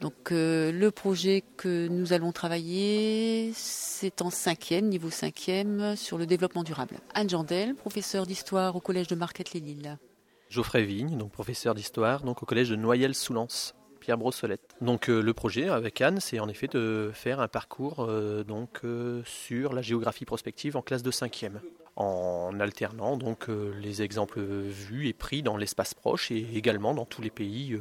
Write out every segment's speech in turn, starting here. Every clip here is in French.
Donc le projet que nous allons travailler, c'est en niveau 5e, sur le développement durable. Anne Jandel, professeure d'histoire au collège de Marquette-les-Lilles. Geoffrey Vigne, donc professeur d'histoire donc au collège de Noyelles-Soulance, Pierre Brossolette. Donc le projet avec Anne, c'est en effet de faire un parcours sur la géographie prospective en classe de 5e, en alternant donc les exemples vus et pris dans l'espace proche et également dans tous les pays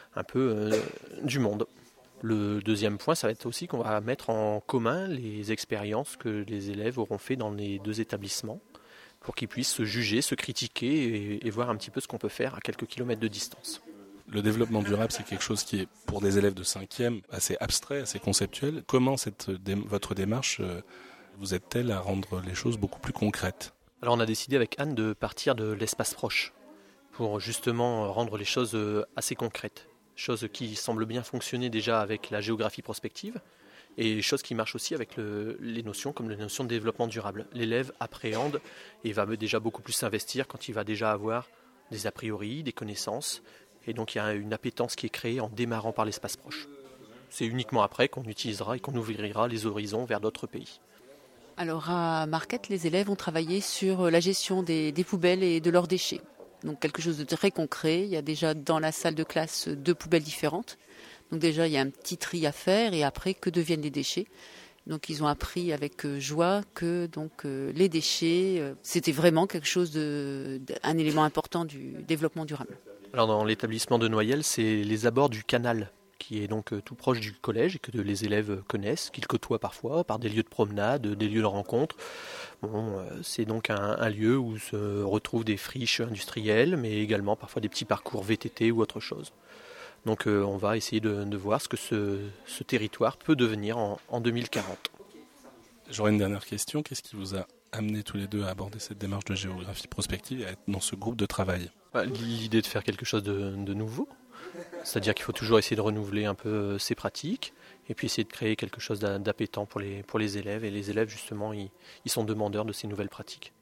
du monde. Le deuxième point, ça va être aussi qu'on va mettre en commun les expériences que les élèves auront fait dans les deux établissements pour qu'ils puissent se juger, se critiquer et voir un petit peu ce qu'on peut faire à quelques kilomètres de distance. Le développement durable, c'est quelque chose qui est, pour des élèves de 5e, assez abstrait, assez conceptuel. Comment votre démarche vous aide-t-elle à rendre les choses beaucoup plus concrètes ? Alors on a décidé avec Anne de partir de l'espace proche pour justement rendre les choses assez concrètes. Chose qui semble bien fonctionner déjà avec la géographie prospective et chose qui marche aussi avec les notions comme les notions de développement durable. L'élève appréhende et va déjà beaucoup plus s'investir quand il va déjà avoir des a priori, des connaissances et donc il y a une appétence qui est créée en démarrant par l'espace proche. C'est uniquement après qu'on utilisera et qu'on ouvrira les horizons vers d'autres pays. Alors à Marquette, les élèves ont travaillé sur la gestion des poubelles et de leurs déchets. Donc quelque chose de très concret. Il y a déjà dans la salle de classe 2 poubelles différentes. Donc déjà il y a un petit tri à faire et après que deviennent les déchets. Donc ils ont appris avec joie que les déchets c'était vraiment quelque chose un élément important du développement durable. Alors dans l'établissement de Noyelles, c'est les abords du canal qui est donc tout proche du collège et que les élèves connaissent, qu'ils côtoient parfois par des lieux de promenade, des lieux de rencontre. C'est donc un lieu où se retrouvent des friches industrielles, mais également parfois des petits parcours VTT ou autre chose. Donc on va essayer de voir ce que ce territoire peut devenir en 2040. J'aurais une dernière question. Qu'est-ce qui vous a amené tous les deux à aborder cette démarche de géographie prospective et à être dans ce groupe de travail ? L'idée de faire quelque chose de nouveau. C'est-à-dire qu'il faut toujours essayer de renouveler un peu ces pratiques et puis essayer de créer quelque chose d'appétant pour les élèves. Et les élèves, justement, ils sont demandeurs de ces nouvelles pratiques.